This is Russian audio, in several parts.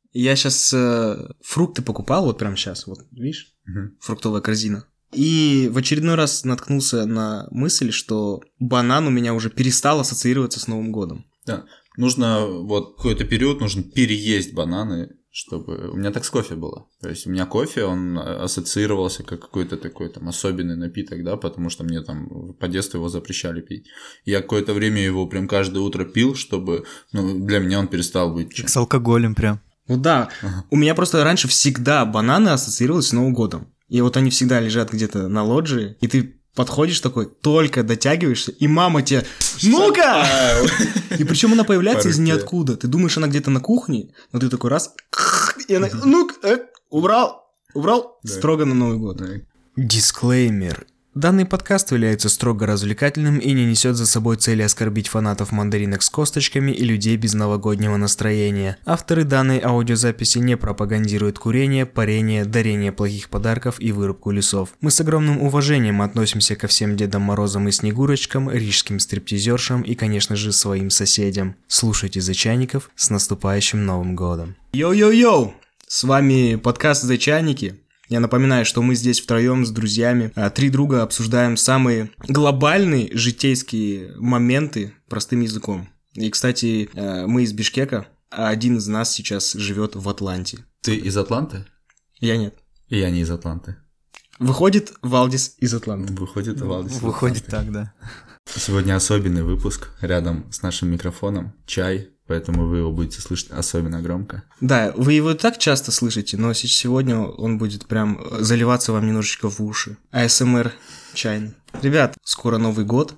Я сейчас фрукты покупал, вот прямо сейчас, вот видишь, фруктовая корзина. И в очередной раз наткнулся на мысль, что банан у меня уже перестал ассоциироваться с Новым годом. Да, нужно вот какой-то период, нужно переесть бананы, чтобы... У меня так с кофе было. То есть у меня кофе, он ассоциировался как какой-то такой там особенный напиток, да, потому что мне там по детству его запрещали пить. И я какое-то время его прям каждое утро пил, чтобы... Ну, для меня он перестал быть... Как с алкоголем прям. Ну да, у меня просто раньше всегда бананы ассоциировались с Новым годом. И вот они всегда лежат где-то на лоджии, и ты подходишь такой, только дотягиваешься, и мама тебе «Ну-ка!» И причем она появляется из ниоткуда. Ты думаешь, она где-то на кухне, но ты такой раз, и она «Ну-ка!» Убрал, строго на Новый год. Дисклеймер. Данный подкаст является строго развлекательным и не несет за собой цели оскорбить фанатов мандаринок с косточками и людей без новогоднего настроения. Авторы данной аудиозаписи не пропагандируют курение, парение, дарение плохих подарков и вырубку лесов. Мы с огромным уважением относимся ко всем Дедам Морозам и Снегурочкам, рижским стриптизершам и, конечно же, своим соседям. Слушайте «За чайников», с наступающим Новым годом. Йоу-йоу-йоу! С вами подкаст «За чайники». Я напоминаю, что мы здесь втроем с друзьями, три друга, обсуждаем самые глобальные житейские моменты простым языком. И, кстати, мы из Бишкека, а один из нас сейчас живет в Атланте. Ты из Атланты? Я нет. И я не из Атланты. Выходит, Валдис из Атланты. Выходит, Валдис из Атланты. Выходит так, да. Сегодня особенный выпуск. Рядом с нашим микрофоном чай. Поэтому вы его будете слышать особенно громко. Да, вы его так часто слышите, но сегодня он будет прям заливаться вам немножечко в уши. АСМР чайный. Ребят, скоро Новый год.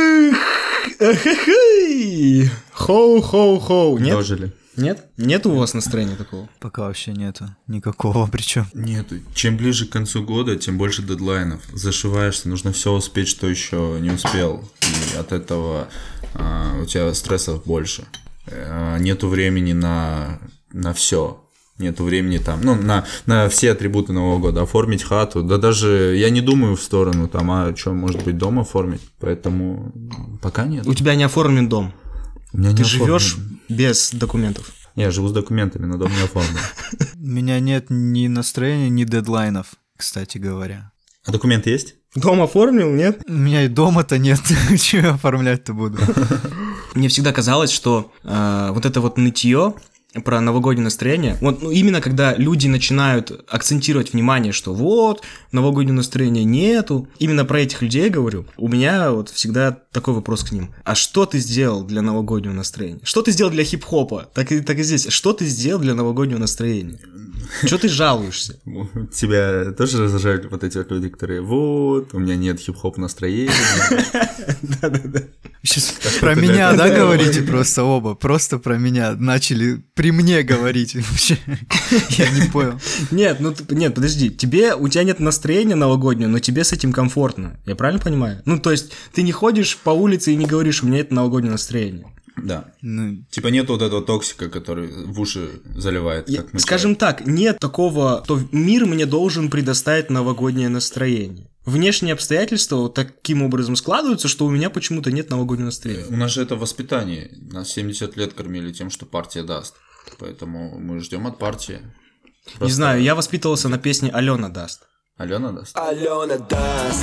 Хоу-хоу-хоу. Нет? Дожили. Нет? Нет у вас настроения такого? Пока вообще нету. Никакого причем. Нету. Чем ближе к концу года, тем больше дедлайнов. Зашиваешься, нужно все успеть, что еще не успел. И от этого у тебя стрессов больше. Нету времени на все. Нету времени там, на все атрибуты Нового года. Оформить хату. Да даже я не думаю в сторону там, а что, может быть, дом оформить. Поэтому пока нет. У тебя не оформлен дом. У меня Ты не живешь без документов. Я живу с документами, но дом не оформлен. У меня нет ни настроения, ни дедлайнов, кстати говоря. А документы есть? Дом оформил, нет? У меня и дома-то нет. Чего я оформлять-то буду? Мне всегда казалось, что вот это вот нытье про новогоднее настроение, вот именно когда люди начинают акцентировать внимание, что вот, новогоднего настроения нету, именно про этих людей я говорю, у меня вот всегда такой вопрос к ним. А что ты сделал для новогоднего настроения? Что ты сделал для хип-хопа? Так и здесь. Что ты сделал для новогоднего настроения? Что ты жалуешься? Тебя тоже раздражают вот эти вот люди, которые вот, у меня нет хип-хоп настроения. Да-да-да. Сейчас про меня, да, говорите просто оба? Просто про меня начали при мне говорить вообще. Я не понял. Нет, подожди. У тебя нет настроения новогоднего, но тебе с этим комфортно. Я правильно понимаю? Ну, то есть, ты не ходишь по улице и не говоришь, у меня это новогоднее настроение. Да. Типа нет вот этого токсика, который в уши заливает. Как скажем так, нет такого, что мир мне должен предоставить новогоднее настроение. Внешние обстоятельства вот таким образом складываются, что у меня почему-то нет новогоднего настроения. У нас же это воспитание. Нас 70 лет кормили тем, что партия даст. Поэтому мы ждем от партии. Просто... Не знаю, я воспитывался на песне «Алена даст». Алена даст? Алена даст.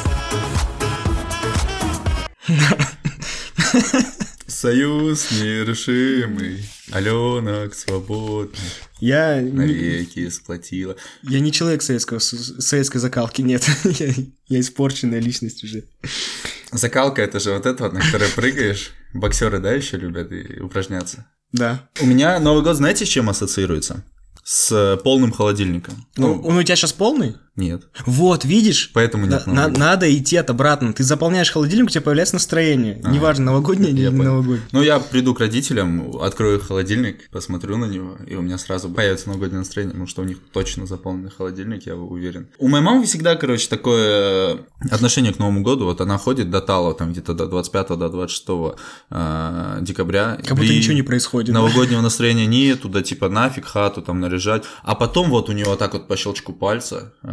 Союз нерушимый, Аленок свободный, навеки сплотила. Я не человек советской закалки, нет, я испорченная личность уже. Закалка — это же вот это вот, на которой прыгаешь. Боксеры, да, еще любят и упражняться? Да. У меня Новый год, знаете, с чем ассоциируется? С полным холодильником. Он у тебя сейчас полный? Нет. Вот, видишь? Поэтому нет. Надо идти от обратно. Ты заполняешь холодильник, у тебя появляется настроение. Неважно, новогоднее или не новогоднее. Ну, я приду к родителям, открою холодильник, посмотрю на него, и у меня сразу появится новогоднее настроение, потому что у них точно заполненный холодильник, я уверен. У моей мамы всегда, такое отношение к Новому году. Вот она ходит до Талова, там где-то до 25 до 26 декабря. Как будто ничего не происходит. Новогоднего настроения нет, туда типа нафиг хату там наряжать. А потом вот у нее вот так вот по щелчку пальца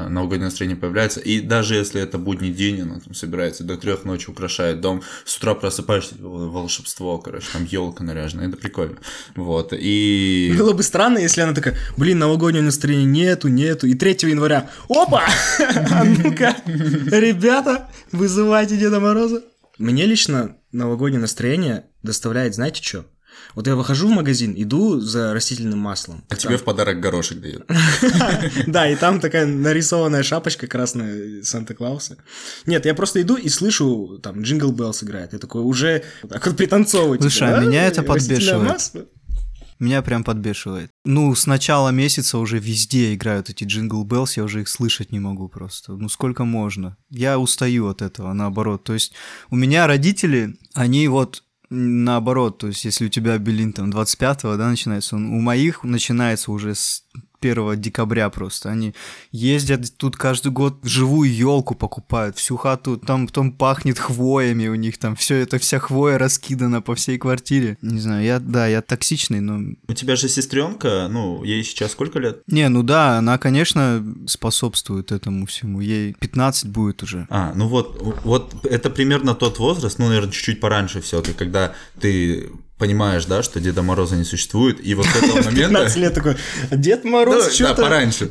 новогоднее настроение появляется. И даже если это будний день, она там собирается до 3 ночи, украшает дом, с утра просыпаешься, волшебство, короче, там елка наряжена, это прикольно. Вот, и... Было бы странно, если она такая, блин, новогоднего настроения нету, и 3 января, опа, а ну-ка, ребята, вызывайте Деда Мороза. Мне лично новогоднее настроение доставляет, знаете что? Вот я выхожу в магазин, иду за растительным маслом. А тебе в подарок горошек дают. Да, и там такая нарисованная шапочка красная Санта-Клауса. Нет, я просто иду и слышу, там, Jingle Bells играет. Я такой уже так вот пританцовываю. Слушай, а меня это подбешивает. Меня прям подбешивает. Ну, с начала месяца уже везде играют эти Jingle Bells, я уже их слышать не могу просто. Ну, сколько можно? Я устаю от этого, наоборот. То есть у меня родители, они вот... Наоборот, то есть если у тебя Белин там 25-го, да, начинается, у моих начинается уже с 1 декабря просто. Они ездят тут каждый год, живую елку покупают, всю хату, там потом пахнет хвоями у них, там все это, вся хвоя раскидана по всей квартире. Не знаю, я токсичный, но... У тебя же сестренка, ну, ей сейчас сколько лет? Не, ну да, она, конечно, способствует этому всему, ей 15 будет уже. Ну вот это примерно тот возраст, ну, наверное, чуть-чуть пораньше все-таки, когда ты... понимаешь, да, что Деда Мороза не существует, и вот с этого момента... 15 лет такой, Дед Мороз, что-то... Да, пораньше.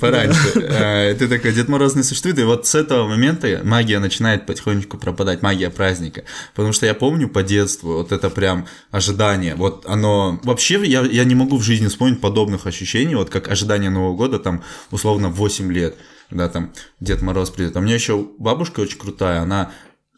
Ты такой, Дед Мороз не существует, и вот с этого момента магия начинает потихонечку пропадать, магия праздника. Потому что я помню по детству вот это прям ожидание, вот оно... Вообще я не могу в жизни вспомнить подобных ощущений, вот как ожидание Нового года, там, условно, 8 лет, когда там Дед Мороз придет. А у меня еще бабушка очень крутая, она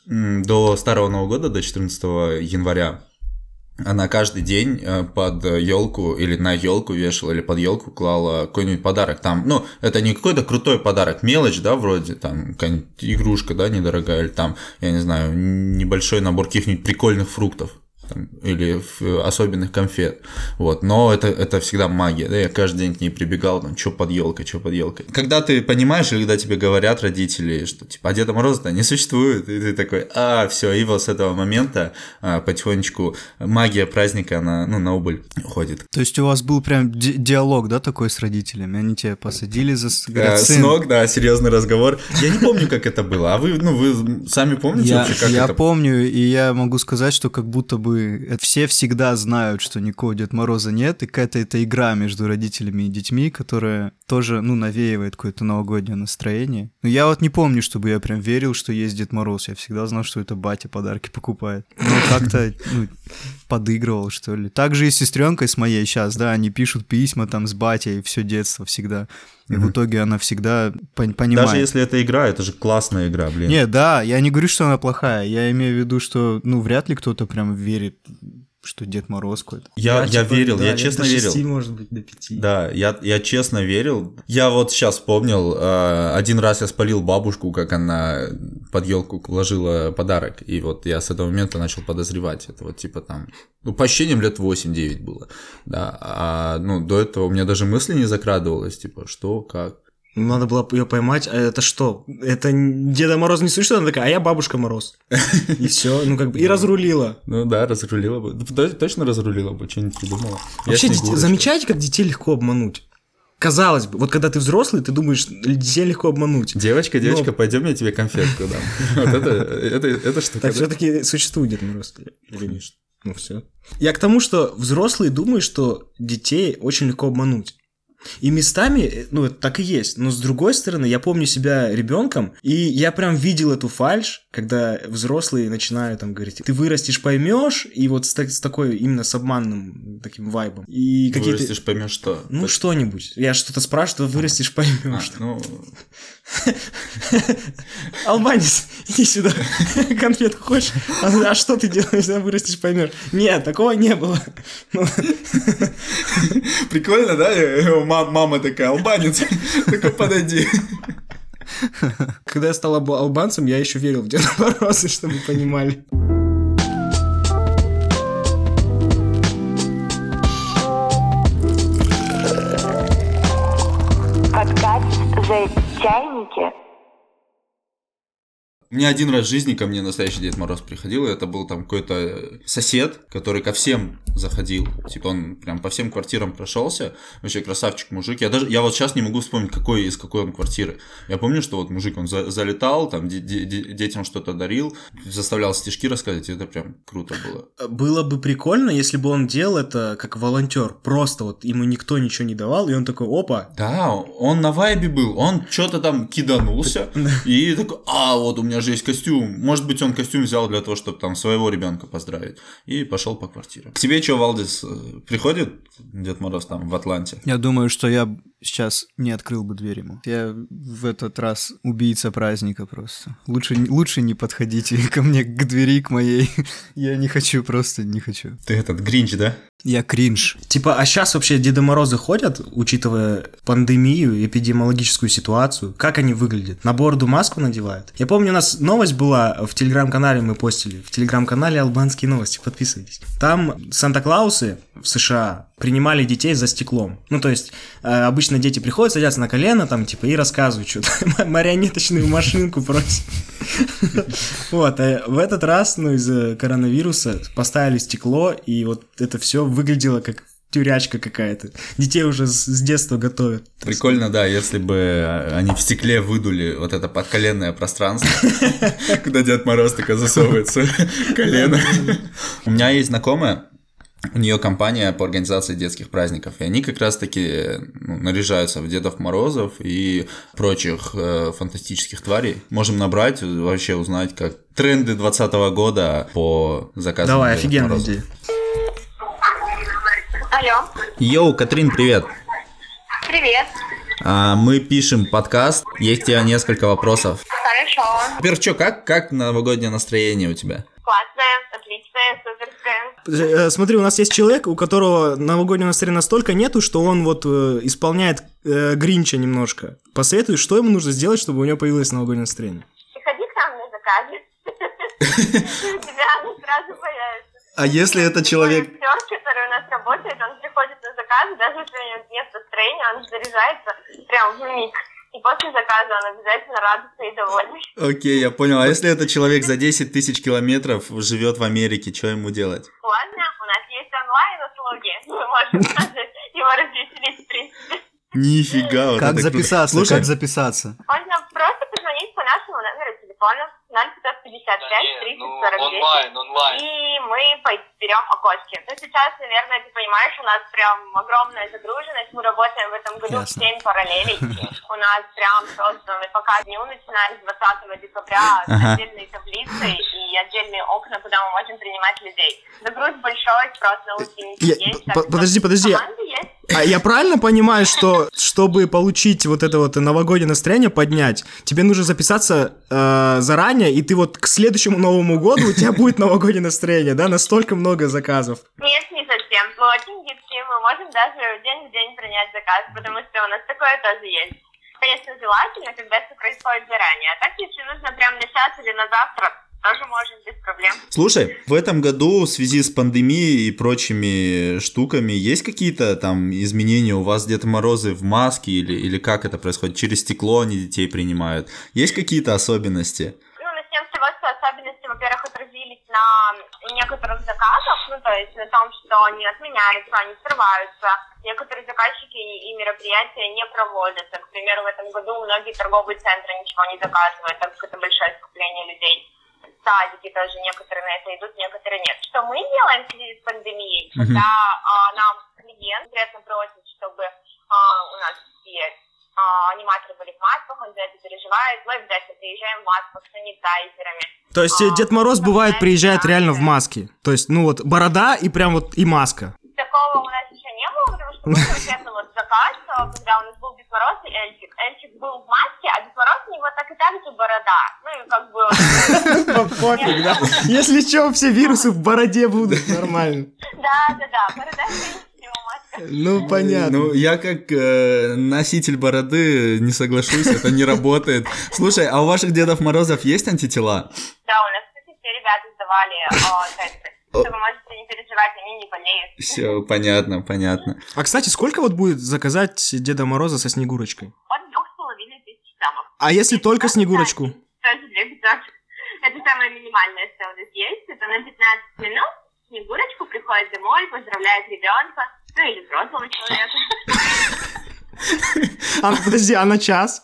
до Старого Нового года, до 14 января, она каждый день под елку или на елку вешала, или под елку клала какой-нибудь подарок. Там, ну, это не какой-то крутой подарок, мелочь, да, вроде, там, какая-нибудь игрушка, да, недорогая, или там, я не знаю, небольшой набор каких-нибудь прикольных фруктов. Там, или особенных конфет, вот, но это всегда магия, да, я каждый день к ней прибегал, там, что под елкой. Когда ты понимаешь, или когда тебе говорят родители, что, типа, а Деда Мороза-то не существует, и ты такой, все, и вот с этого момента потихонечку магия праздника, она, ну, на убыль уходит. То есть у вас был прям диалог, да, такой с родителями, они тебя посадили говорят, с ног, да, серьезный разговор, я не помню, как это было, а вы сами помните вообще, как это? Я помню, и я могу сказать, что как будто бы все всегда знают, что никакого Деда Мороза нет, и какая-то эта игра между родителями и детьми, которая тоже, ну, навеивает какое-то новогоднее настроение. Но я вот не помню, чтобы я прям верил, что есть Дед Мороз. Я всегда знал, что это батя подарки покупает. Ну, как-то, подыгрывал, что ли. Так же и с сестренкой с моей сейчас, да, они пишут письма там с батей все детство всегда. И в итоге она всегда понимает. Даже если это игра, это же классная игра, блин. Не, да, я не говорю, что она плохая. Я имею в виду, что, ну, вряд ли кто-то прям верит, что Дед Мороз какой-то. Я верил, да, я честно верил. До 6, может быть, до 5. Да, я честно верил. Я вот сейчас вспомнил, один раз я спалил бабушку, как она под елку ложила подарок, и вот я с этого момента начал подозревать. Это вот типа там, ну, по ощущениям лет 8-9 было, да, ну, до этого у меня даже мысли не закрадывалось, типа, что, как. Надо было ее поймать, а это что? Это Деда Мороз не существует? Она такая, а я Бабушка Мороз. И все, ну как бы, и разрулила. Ну да, разрулила бы. Точно разрулила бы, что-нибудь придумала. Вообще, замечаете, как детей легко обмануть? Казалось бы, вот когда ты взрослый, ты думаешь, детей легко обмануть. Девочка, пойдем, я тебе конфетку дам. Вот это штука. Так все-таки существует Дед Мороз? Конечно. Ну все. Я к тому, что взрослые думают, что детей очень легко обмануть. И местами, ну, это так и есть. Но с другой стороны, я помню себя ребенком, и я прям видел эту фальшь, когда взрослые начинают там говорить, ты вырастешь, поймешь, и вот с такой именно с обманным таким вайбом. И вырастешь, поймешь что? Ну, что-нибудь. Я что-то спрашиваю, вырастешь, поймешь. Албанец, иди сюда, конфетку хочешь? А что ты делаешь, вырастешь, поймешь? Нет, такого не было. Прикольно, да? Мама такая, албанец, такой, подойди. Когда я стал албанцем, я еще верил в Деда Мороза, чтобы вы понимали. Подкаст «За чайники». У меня один раз в жизни ко мне настоящий Дед Мороз приходил, и это был там какой-то сосед, который ко всем заходил. Типа он прям по всем квартирам прошелся. Вообще красавчик мужик. Я вот сейчас не могу вспомнить, из какой он квартиры. Я помню, что вот мужик, он залетал, там детям что-то дарил, заставлял стишки рассказывать, и это прям круто было. Было бы прикольно, если бы он делал это как волонтер. Просто вот ему никто ничего не давал, и он такой, опа. Да, он на вайбе был, он что-то там киданулся, и такой, вот у меня же есть костюм. Может быть, он костюм взял для того, чтобы там своего ребенка поздравить. И пошел по квартире. К тебе что, Валдис, приходит Дед Мороз там в Атланте? Я думаю, что я сейчас не открыл бы дверь ему. Я в этот раз убийца праздника просто. Лучше не подходите ко мне, к двери, к моей. Я не хочу, просто не хочу. Ты этот Гринч, да? Я кринж. Типа, а сейчас вообще Деды Морозы ходят, учитывая пандемию, эпидемиологическую ситуацию? Как они выглядят? На бороду маску надевают? Я помню, у нас новость была в Телеграм-канале, мы постили. В Телеграм-канале «Албанские новости», подписывайтесь. Там Санта-Клаусы в США принимали детей за стеклом. Ну, то есть, обычно дети приходят, садятся на колено, там, типа, и рассказывают что-то. Марионеточную машинку просят. Вот, а в этот раз, из-за коронавируса поставили стекло, и вот это все выглядело как тюрячка какая-то. Детей уже с детства готовят. Прикольно, да, если бы они в стекле выдули вот это подколенное пространство, куда Дед Мороз такой засовывает свое колено. У меня есть знакомая, у нее компания по организации детских праздников, и они как раз-таки наряжаются в Дедов Морозов и прочих фантастических тварей. Можем набрать, вообще узнать, как тренды 2020 года по заказам. Давай, офигенная идея. Алло. Йоу, Катрин, привет. Привет. Мы пишем подкаст, есть у тебя несколько вопросов. Хорошо. Во-первых, как новогоднее настроение у тебя? Классное, отличное, суперское. Смотри, у нас есть человек, у которого новогоднего настроения настолько нету, что он вот исполняет Гринча немножко. Посоветуй, что ему нужно сделать, чтобы у него появилось новогоднее настроение? Приходи к нам на заказы. У тебя оно сразу появится. А если это человек... Актер, который у нас работает, он приходит на заказы, даже если у него нет настроения, он заряжается прям в миг. И после заказа он обязательно радостный и довольный. Окей, я понял. А если это человек за 10 тысяч километров живет в Америке, что ему делать? Ладно, у нас есть онлайн-услуги. Мы можем даже его развеселить, в принципе. Нифига. Вот как это записаться? Слушай, Как записаться? Можно просто позвонить по нашему номеру телефона 0555 30 40 10. Онлайн. И мы берем окошки. Ну, сейчас, наверное, ты понимаешь, у нас прям огромная загруженность. Мы работаем в этом году в 7 параллелей. У нас прям созданы пока дню, начиная с 20 декабря, с отдельной таблицей и отдельные окна, куда мы можем принимать людей. Загруз большой, просто на утинке есть. Подожди. А я правильно понимаю, что чтобы получить вот это вот новогоднее настроение, поднять, тебе нужно записаться заранее, и ты вот к следующему Новому году у тебя будет новогоднее настроение, да? Настолько много заказов. Нет, не совсем. Мы очень гибкие, мы можем даже день в день принять заказ, потому что у нас такое тоже есть. Конечно, желательно, когда все происходит заранее. А так, если нужно прям на час или на завтра, тоже можем без проблем. Слушай, в этом году в связи с пандемией и прочими штуками есть какие-то там изменения? У вас Дед Морозы в маске или как это происходит? Через стекло они детей принимают? Есть какие-то особенности? Начнем с того, что особенности, во-первых, отразились на некоторых заказах, то есть на том, что они отменяются, они срываются. Некоторые заказчики и мероприятия не проводятся. К примеру, в этом году многие торговые центры ничего не заказывают, так как это большое скопление людей. Садики тоже, некоторые на это идут, некоторые нет. Что мы делаем в связи с пандемией, когда нам клиент конкретно просит, чтобы у нас все аниматоры были в масках, он за это переживает, мы обязательно приезжаем в масках с санитайзерами. То есть Дед Мороз бывает приезжает реально в маске? То есть, борода и прям вот и маска? Такого у нас еще не было, потому что был конкретно заказ, когда у нас был Дед Мороз и Эльчик. Эльчик был в маске, а Дед Мороз у него так и так же борода. Пофиг, да? Если что, все вирусы в бороде будут, нормально. Да, борода и маска. Понятно. Я как носитель бороды не соглашусь, это не работает. Слушай, а у ваших Дедов Морозов есть антитела? Да, у нас, кстати, все ребята сдавали тесты. Что вы можете не переживать, они не болеют. Все, понятно. А, кстати, сколько вот будет заказать Деда Мороза со Снегурочкой? От 2500 самых. А если только Снегурочку? Тоже 2500. приходит домой, поздравляет ребенка, ну или взрослого человека. Подожди, а на час?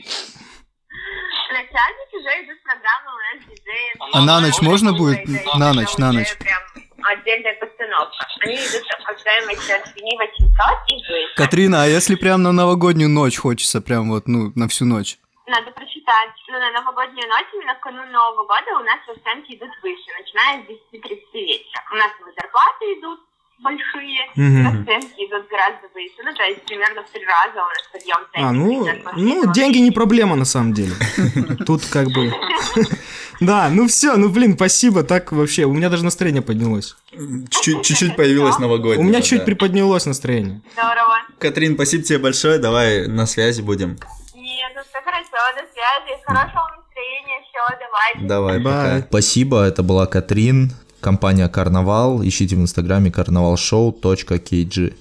На часик уже идут программы у нас диджеев. А на ночь можно будет? На ночь. Прям отдельная постановка. Они идут по стоимости от 7-800 и выше. Катрина, а если прям на новогоднюю ночь хочется, прям вот, ну, на всю ночь? Надо прочитать. Ну, на новогоднюю ночь, именно в канун Нового года у нас расценки идут выше, начиная с 10:30 вечера. У нас и зарплаты идут большие, расценки идут гораздо выше. Ну, то есть примерно в 3 раза у нас подъем ценников. Ну, деньги не проблема на самом деле. Тут как бы... Да, ну все, ну блин, спасибо, так вообще, у меня даже настроение поднялось. Чуть-чуть появилось новогоднее. У меня чуть приподнялось настроение. Здорово. Катрин, спасибо тебе большое, давай на связи будем. Нет, ну все хорошо, до связи, хорошего настроения, все, давайте. Давай, Bye. пока. Спасибо, это была Катрин, компания Карнавал, ищите в инстаграме carnavalshow.kg.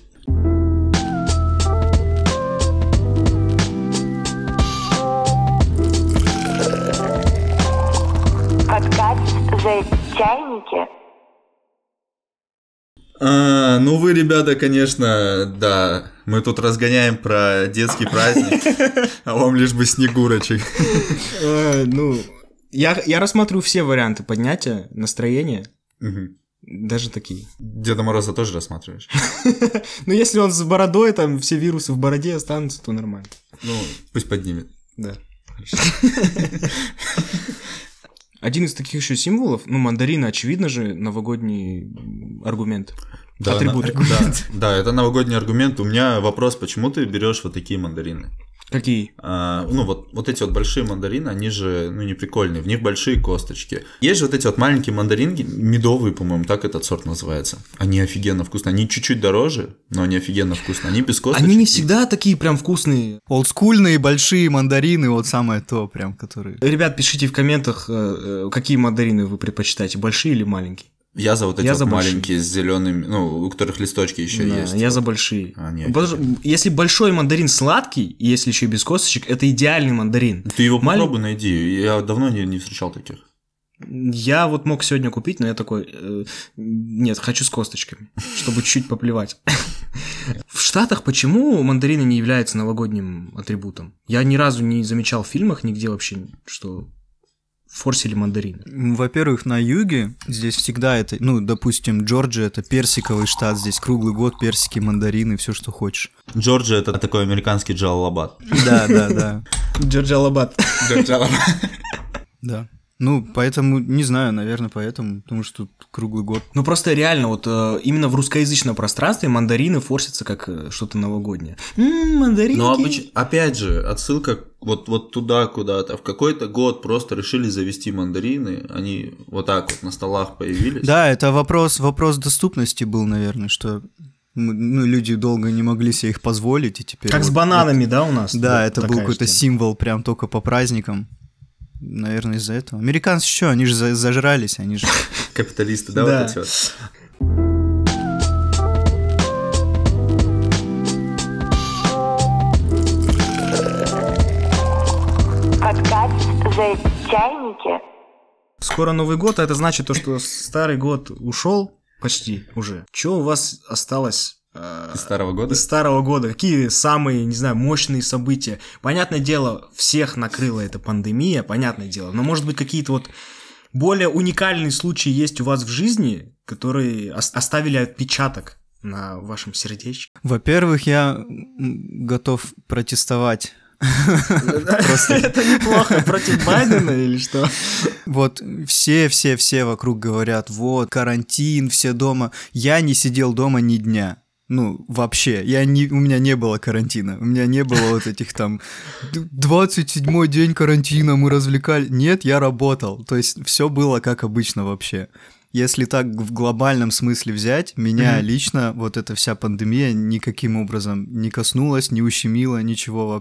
Подкаст за чайники. Ну вы, ребята, конечно, да, мы тут разгоняем про детский праздник, а вам лишь бы снегурочек. Ну, я рассматриваю все варианты поднятия настроения, даже такие. Деда Мороза тоже рассматриваешь? Ну, если он с бородой, там все вирусы в бороде останутся, то нормально. Ну, пусть поднимет. Да. Один из таких еще символов, ну, мандарины, очевидно же, новогодний аргумент. Да, атрибут. Да, это новогодний аргумент. У меня вопрос, почему ты берешь вот такие мандарины? Какие? Ну, вот эти вот большие мандарины, они же, ну, не прикольные, в них большие косточки. Есть же вот эти вот маленькие мандаринки, медовые, по-моему, так этот сорт называется. Они офигенно вкусные. Они чуть-чуть дороже, но они офигенно вкусные. Они без косточек. Они не всегда такие прям вкусные. Олдскульные большие мандарины, вот самое то прям, которые... Ребят, пишите в комментах, какие мандарины вы предпочитаете, большие или маленькие. Я за вот эти вот большие. маленькие с зелеными, ну, у которых листочки еще Да, есть. я за большие. Они Если большой мандарин сладкий, и если еще и без косточек, это идеальный мандарин. Ты его попробуй найди, я давно не встречал таких. Я вот мог сегодня купить, но я такой, нет, хочу с косточками, чтобы чуть-чуть поплевать. В Штатах почему мандарины не являются новогодним атрибутом? Я ни разу не замечал в фильмах нигде вообще, что форсили мандарины. Во-первых, на юге здесь всегда это, ну, допустим, Джорджия — это персиковый штат, здесь круглый год персики, мандарины, все, что хочешь. Джорджия — это такой американский Джалалабад. Да. Джорджалабад. Да. Ну, поэтому, не знаю, наверное, поэтому, потому что тут круглый год. Ну, просто реально, вот именно в русскоязычном пространстве мандарины форсятся как что-то новогоднее. Мандаринки. Но опять же, отсылка вот туда куда-то. В какой-то год просто решили завести мандарины, они вот так вот на столах появились. Да, это вопрос доступности был, наверное, что... Ну, люди долго не могли себе их позволить, и теперь... Как вот с бананами, да, у нас? Да, вот это был какой-то символ прям только по праздникам. Наверное, из-за этого. Американцы что, они же зажрались, они же... Капиталисты, да, вот эти вот. Подкаст за чайники. Скоро Новый год, а это значит то, что старый год ушел почти уже. Что у вас осталось... Из старого года? Из старого года. Какие самые, не знаю, мощные события? Понятное дело, всех накрыла эта пандемия, понятное дело. Но, может быть, какие-то вот более уникальные случаи есть у вас в жизни, которые оставили отпечаток на вашем сердечке? Во-первых, я готов протестовать. Это неплохо. Против Байдена или что? Вот все вокруг говорят, вот, карантин, все дома. Я не сидел дома ни дня. Ну, вообще, у меня не было карантина, у меня не было вот этих там 27-й день карантина, мы развлекали. Нет, я работал, то есть все было как обычно вообще. Если так в глобальном смысле взять, меня лично вот эта вся пандемия никаким образом не коснулась, не ущемила, ничего вообще.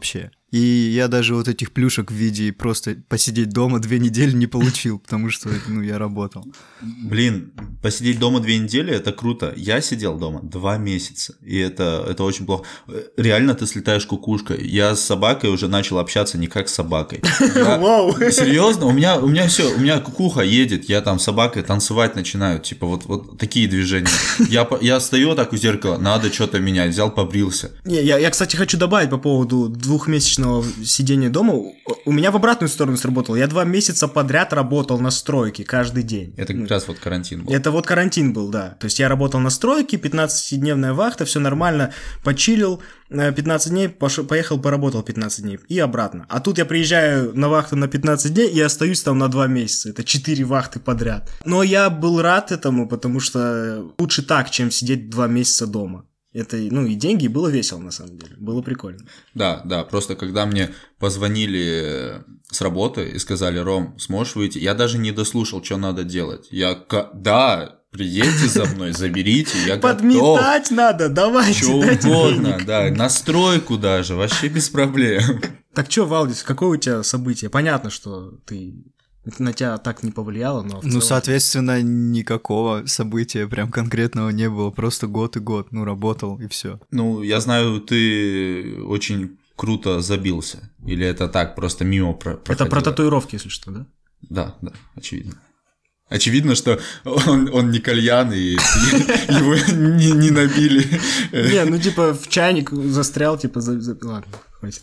И я даже вот этих плюшек в виде просто посидеть дома 2 недели не получил, потому что, я работал. Блин, посидеть дома 2 недели – это круто. Я сидел дома 2 месяца, и это очень плохо. Реально ты слетаешь кукушкой. Я с собакой уже начал общаться не как с собакой. Серьезно? У меня все, у меня кукуха едет, я там с собакой танцевать начинаю, типа вот такие движения. Я стою так у зеркала, надо что-то менять, взял, побрился. Я, кстати, хочу добавить по поводу 2-месячного сидения дома. У меня в обратную сторону сработало. Я 2 месяца подряд работал на стройке каждый день. Это как раз вот карантин был. Это вот карантин был, да. То есть я работал на стройке, 15-дневная вахта, все нормально, почилил, 15 дней, поехал, поработал 15 дней и обратно. А тут я приезжаю на вахту на 15 дней и остаюсь там на 2 месяца. Это 4 вахты подряд. Но я был рад этому, потому что лучше так, чем сидеть 2 месяца дома. Это, и деньги, и было весело, на самом деле. Было прикольно. Да, просто когда мне позвонили с работы и сказали: Ром, сможешь выйти? Я даже не дослушал, что надо делать. Да, приедьте за мной, заберите, я готов. Подметать надо, давайте. Что угодно, да, на стройку даже, вообще без проблем. Так что, Валдис, какое у тебя событие? Понятно, что на тебя так не повлияло, но... соответственно, никакого события прям конкретного не было, просто год и год, работал и все. Я знаю, ты очень круто забился, или это так, просто мимо проходило? Это про татуировки, если что, да? Да, очевидно. Очевидно, что он не кальян, и его не набили. Не, в чайник застрял, ладно, хватит.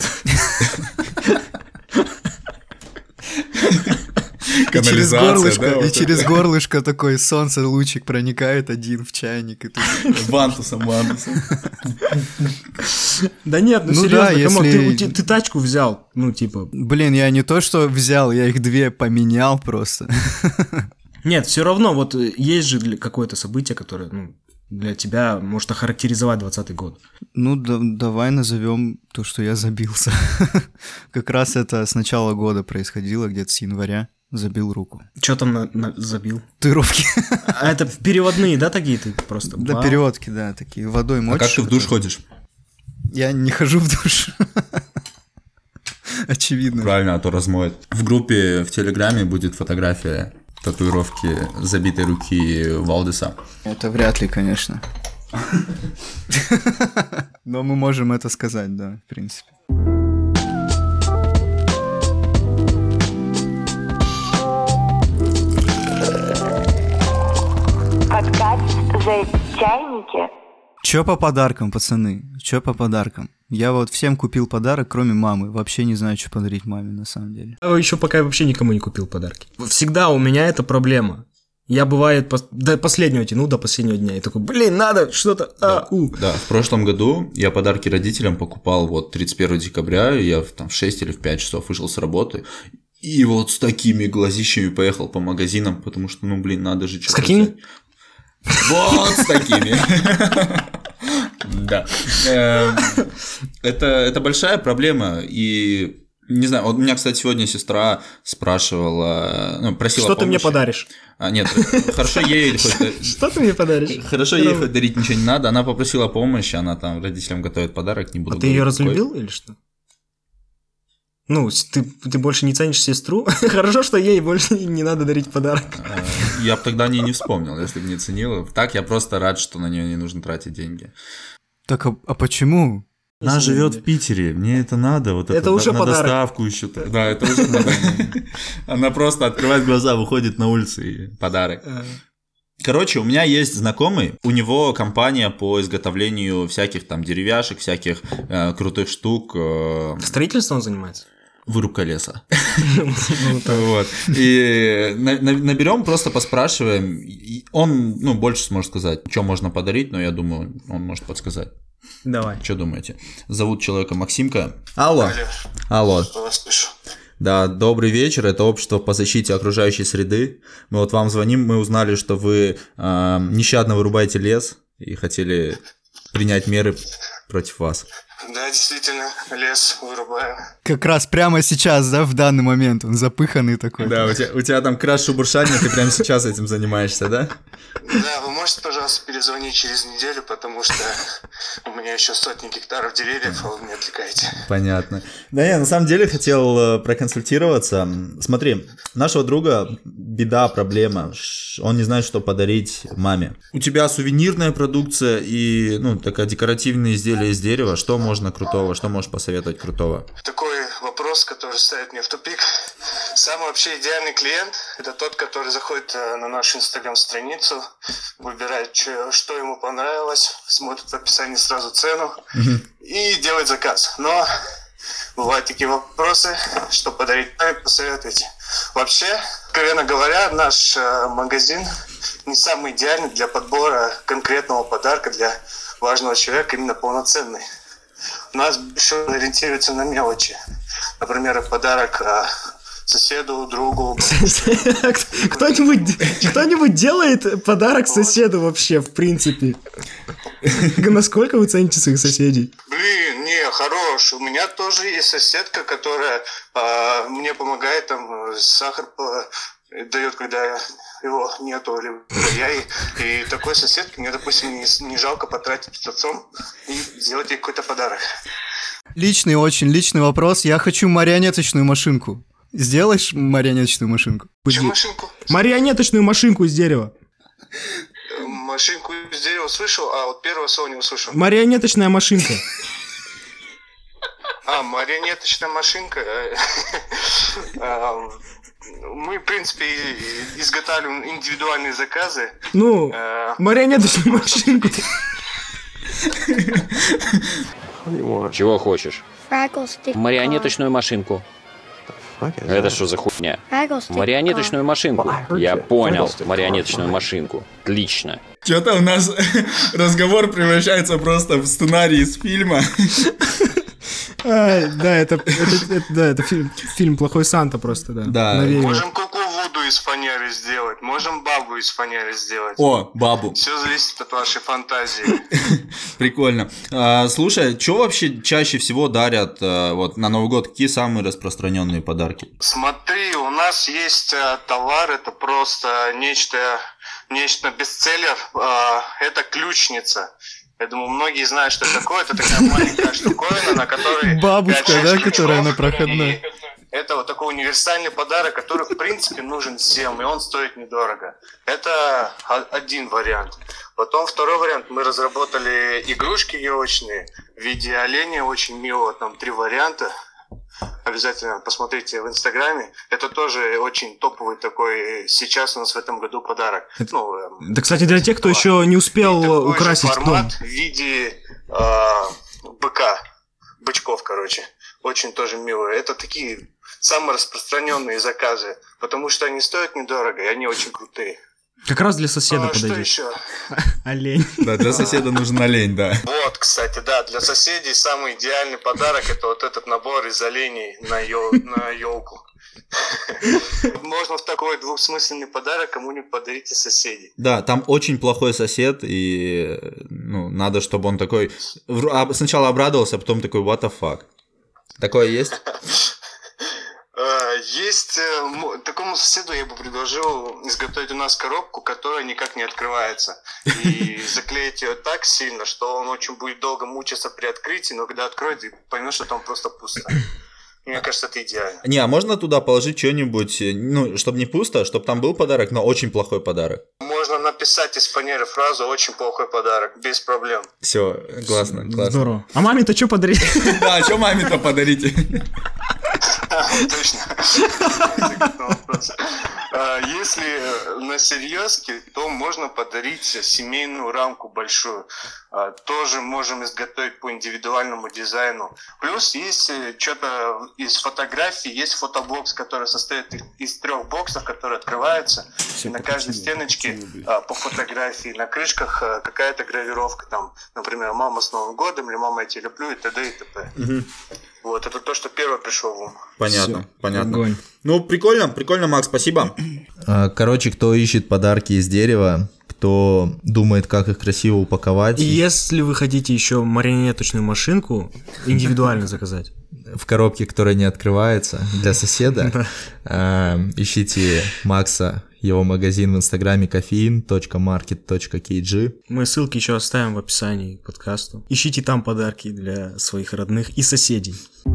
Канализация, и через горлышко такой солнце лучик проникает один в чайник. И Вантусом. Да нет, серьезно, ты тачку взял, Блин, я не то что взял, я их 2 поменял просто. Нет, все равно, вот есть же какое-то событие, которое, для тебя может охарактеризовать 2020 год. Давай назовем то, что я забился. Как раз это с начала года происходило, где-то с января. Забил руку. Что там забил? Татуировки. А это переводные, да, такие ты просто? Да, переводки, да, такие, водой мочишь. А как ты в душ ходишь? Я не хожу в душ. Очевидно. Правильно, а то размоет. В группе в Телеграме будет фотография татуировки забитой руки Валдиса. Это вряд ли, конечно. Но мы можем это сказать, да, в принципе. Чайники. Чё по подаркам, пацаны? Чё по подаркам? Я вот всем купил подарок, кроме мамы. Вообще не знаю, что подарить маме, на самом деле. Я еще пока вообще никому не купил подарки. Всегда у меня это проблема. Я, бывает, до последнего тяну, до последнего дня. И такой, надо что-то... Да, в прошлом году я подарки родителям покупал 31 декабря. Я в 6 или в 5 часов вышел с работы. И вот с такими глазищами поехал по магазинам, потому что, надо же что-то... С какими? Взять. Вот с такими. Да. Это большая проблема. И не знаю, у меня, кстати, сегодня сестра спрашивала, просила что помощи. Ты мне подаришь? Нет, хорошо ей хоть... Что ты мне подаришь? Хорошо ей хоть дарить ничего не надо. Она попросила помощи, она там родителям готовит подарок, не буду. А ты ее разлюбил или что? Ты больше не ценишь сестру? Хорошо, что ей больше не надо дарить подарок. Я бы тогда не вспомнил, если бы не ценил. Так, я просто рад, что на нее не нужно тратить деньги. Так, а почему? Она живет в Питере, мне это надо. Это уже на подарок. Доставку еще. Да, это уже подарок. Она просто открывает глаза, выходит на улицу и подарок. Короче, у меня есть знакомый, у него компания по изготовлению всяких там деревяшек, всяких крутых штук. Строительством он занимается? Вырубка леса. Вот. И наберем, просто поспрашиваем. Он, больше сможет сказать, что можно подарить, но я думаю, он может подсказать. Давай. Что думаете? Зовут человека Максимка. Алло. Вас слышу. Да, добрый вечер, это общество по защите окружающей среды. Мы вам звоним, мы узнали, что вы нещадно вырубаете лес и хотели принять меры против вас. Да, действительно, лес вырубаем. Как раз прямо сейчас, да, в данный момент, он запыханный такой. Да, у тебя там краш шубуршание, ты прямо сейчас этим занимаешься, да? Да, вы можете, пожалуйста, перезвонить через неделю, потому что у меня еще сотни гектаров деревьев, а вы меня отвлекаете. Понятно. Да я на самом деле хотел проконсультироваться. Смотри, нашего друга беда, проблема. Он не знает, что подарить маме. У тебя сувенирная продукция и, такая декоративные изделия из дерева. Что можно крутого, что можешь посоветовать крутого? Такой вопрос, который ставит меня в тупик. Самый вообще идеальный клиент – это тот, который заходит на нашу инстаграм-страницу, выбирает, что ему понравилось, смотрит в описании сразу цену и делает заказ. Но бывают такие вопросы, что подарить маме, посоветуйте. Вообще, откровенно говоря, наш магазин не самый идеальный для подбора конкретного подарка для важного человека, именно полноценный. У нас еще ориентируется на мелочи. Например, подарок соседу, другу. Кто-нибудь делает подарок соседу вообще, в принципе? Насколько вы цените своих соседей? Блин, не, хорош. У меня тоже есть соседка, которая мне помогает там сахар дает, когда его нету, либо я и такой соседке мне, допустим, не жалко потратить с отцом и сделать ей какой-то подарок. Очень личный вопрос. Я хочу марионеточную машинку. Сделаешь марионеточную машинку? Что машинку? Марионеточную машинку из дерева. Машинку из дерева слышал, а вот первого слова не услышал. Марионеточная машинка. Марионеточная машинка. Мы, в принципе, изготавливаем индивидуальные заказы. Марионеточную машинку. Чего хочешь? Марионеточную машинку. Это что за хуйня? Марионеточную машинку. Я понял, марионеточную машинку. Отлично. Что-то у нас разговор превращается просто в сценарий из фильма. Это фильм «Плохой Санта» просто, да. Да. Можем куклу-вуду из фанеры сделать, можем бабу из фанеры сделать. О, бабу. Все зависит от вашей фантазии. Прикольно. Слушай, что вообще чаще всего дарят вот на Новый год? Какие самые распространенные подарки? Смотри, у нас есть товар, это просто нечто бестселлер. Это ключница. Я думаю, многие знают, что это такое. Это такая маленькая штуковина, на которой... Бабушка, да, которая на проходной. Это вот такой универсальный подарок, который, в принципе, нужен всем, и он стоит недорого. Это один вариант. Потом второй вариант. Мы разработали игрушки елочные в виде оленя, очень мило. Там 3 варианта. Обязательно посмотрите в Инстаграме. Это тоже очень топовый такой сейчас у нас в этом году подарок. Да, кстати, для тех, кто еще не успел украсить формат дом. В виде бычков, короче. Очень тоже милые. Это такие самые распространенные заказы, потому что они стоят недорого, и они очень крутые. Как раз для соседа подойдет. Что еще? Олень. Да, для соседа нужен олень, да. Вот, кстати, да, для соседей самый идеальный подарок – это вот этот набор из оленей на елку. Можно в такой двухсмысленный подарок кому-нибудь подарить из соседей. Да, там очень плохой сосед, и надо, чтобы он такой сначала обрадовался, а потом такой what the fuck. Такое есть? Есть, такому соседу я бы предложил изготовить у нас коробку, которая никак не открывается, и заклеить ее так сильно, что он очень будет долго мучиться при открытии, но когда откроет, и поймет, что там просто пусто. Мне кажется, это идеально. Не, а можно туда положить что-нибудь, чтобы не пусто, чтобы там был подарок, но очень плохой подарок? Можно написать из фанеры фразу «очень плохой подарок», без проблем. Все, классно. Здорово. А маме-то что подарить? Да, что маме-то подарите? Точно. Если на серьезке, то можно подарить семейную рамку большую. Тоже можем изготовить по индивидуальному дизайну. Плюс есть что-то из фотографий, есть фотобокс, который состоит из 3 боксов, которые открываются. И на каждой стеночке по фотографии, на крышках какая-то гравировка, там, например, «Мама с Новым годом» или «Мама, я тебя люблю» и т.д. и т.п. Вот, это то, что первое пришло в ум. Понятно. Огонь. Прикольно, Макс, спасибо. Короче, кто ищет подарки из дерева, кто думает, как их красиво упаковать. И если вы хотите еще марионеточную машинку, индивидуально заказать. В коробке, которая не открывается, для соседа, ищите Макса, его магазин в инстаграме coffein.market.kg. Мы ссылки еще оставим в описании к подкасту. Ищите там подарки для своих родных и соседей.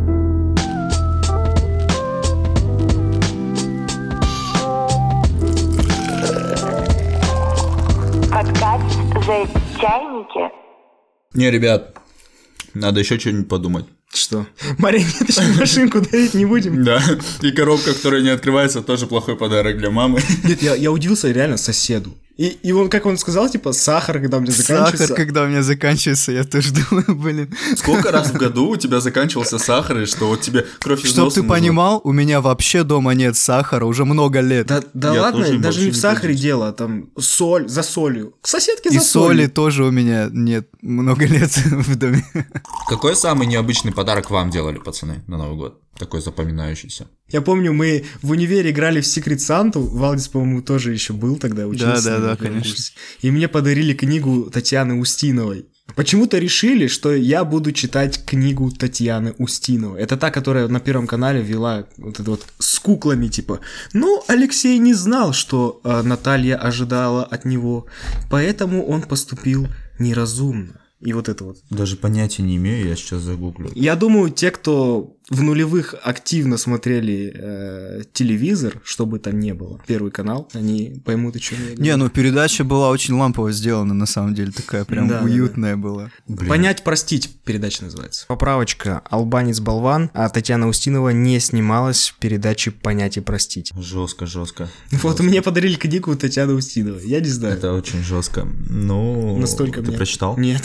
Подкаст за чайники. Не, ребят, надо еще что-нибудь подумать. Что? Марионеточную машинку дарить не будем? Да, и коробка, которая не открывается, тоже плохой подарок для мамы. Нет, я удивился реально соседу. И он, как он сказал, типа, сахар, когда у меня заканчивается. Сахар, когда у меня заканчивается, я тоже думаю, блин. Сколько раз в году у тебя заканчивался сахар, и что вот тебе кровь из Чтоб носа ты нужна? понимал, у меня вообще дома нет сахара уже много лет. Да Я ладно, тоже даже вообще не в не сахаре пользуюсь. дело, а там соль, за солью. К соседке И за соли солью. тоже у меня нет много лет в доме. Какой самый необычный подарок вам делали, пацаны, на Новый год? Такой запоминающийся. Я помню, мы в универе играли в Secret Santa, Валдис, по-моему, тоже еще был тогда, учился. Да, на первом конечно. курсе. И мне подарили книгу Татьяны Устиновой. Почему-то решили, что я буду читать книгу Татьяны Устиновой. Это та, которая на Первом канале вела вот это вот с куклами, типа. Ну, Алексей не знал, что Наталья ожидала от него, поэтому он поступил неразумно. И вот это вот. Даже понятия не имею, я сейчас загуглю. Я думаю, те, кто в нулевых активно смотрели телевизор, что бы там ни было, Первый канал, они поймут, о чем я говорю. Не, ну передача была очень лампово сделана, на самом деле, такая прям Да, уютная была. Блин. «Понять, простить» передача называется. Поправочка. Албанец болван, а Татьяна Устинова не снималась в передаче «Понять и простить». Жестко. Вот мне подарили книгу Татьяны Устиновой. Я не знаю. Это очень жестко. Ну, Настолько ты мне... прочитал? Нет.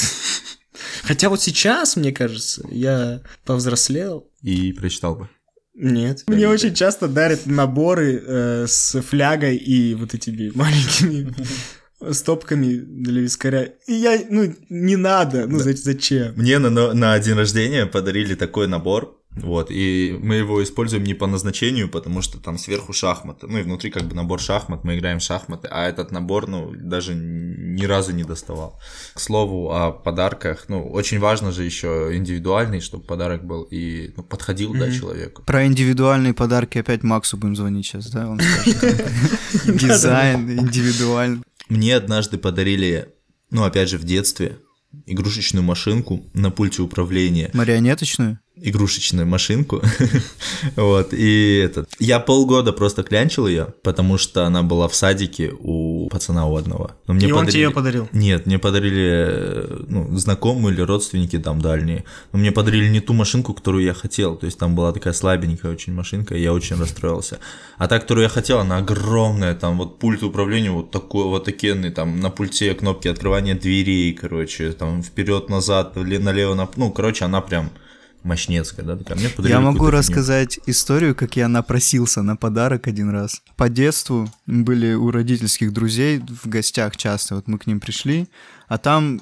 Хотя вот сейчас, мне кажется, я повзрослел. И прочитал бы. Нет. Мне очень часто дарят наборы с флягой и вот этими маленькими стопками для вискаря. И я, не надо. Зачем? Мне на день рождения подарили такой набор. Вот, и мы его используем не по назначению, потому что там сверху шахматы. Ну и внутри как бы набор шахмат, мы играем в шахматы, а этот набор, даже ни разу не доставал. К слову о подарках, очень важно же еще индивидуальный, чтобы подарок был и подходил, да, человеку. Про индивидуальные подарки опять Максу будем звонить сейчас, да? Он скажет. Дизайн индивидуальный. Мне однажды подарили, опять же в детстве, игрушечную машинку на пульте управления. Марионеточную? Игрушечную машинку. Вот, и я полгода просто клянчил ее, потому что она была в садике у пацана у одного. Но мне он тебе ее подарил? Нет, мне подарили, знакомые или родственники там дальние. Но мне подарили не ту машинку, которую я хотел. То есть там была такая слабенькая очень машинка, и я очень расстроился. А та, которую я хотел, она огромная, там вот пульт управления вот такой вот такенный, там на пульте кнопки открывания дверей, короче, там вперед-назад, налево, она прям мощнецкая, да, такая. Мне подарили. Я могу рассказать историю, как я напросился на подарок один раз. По детству были у родительских друзей в гостях часто, вот мы к ним пришли, а там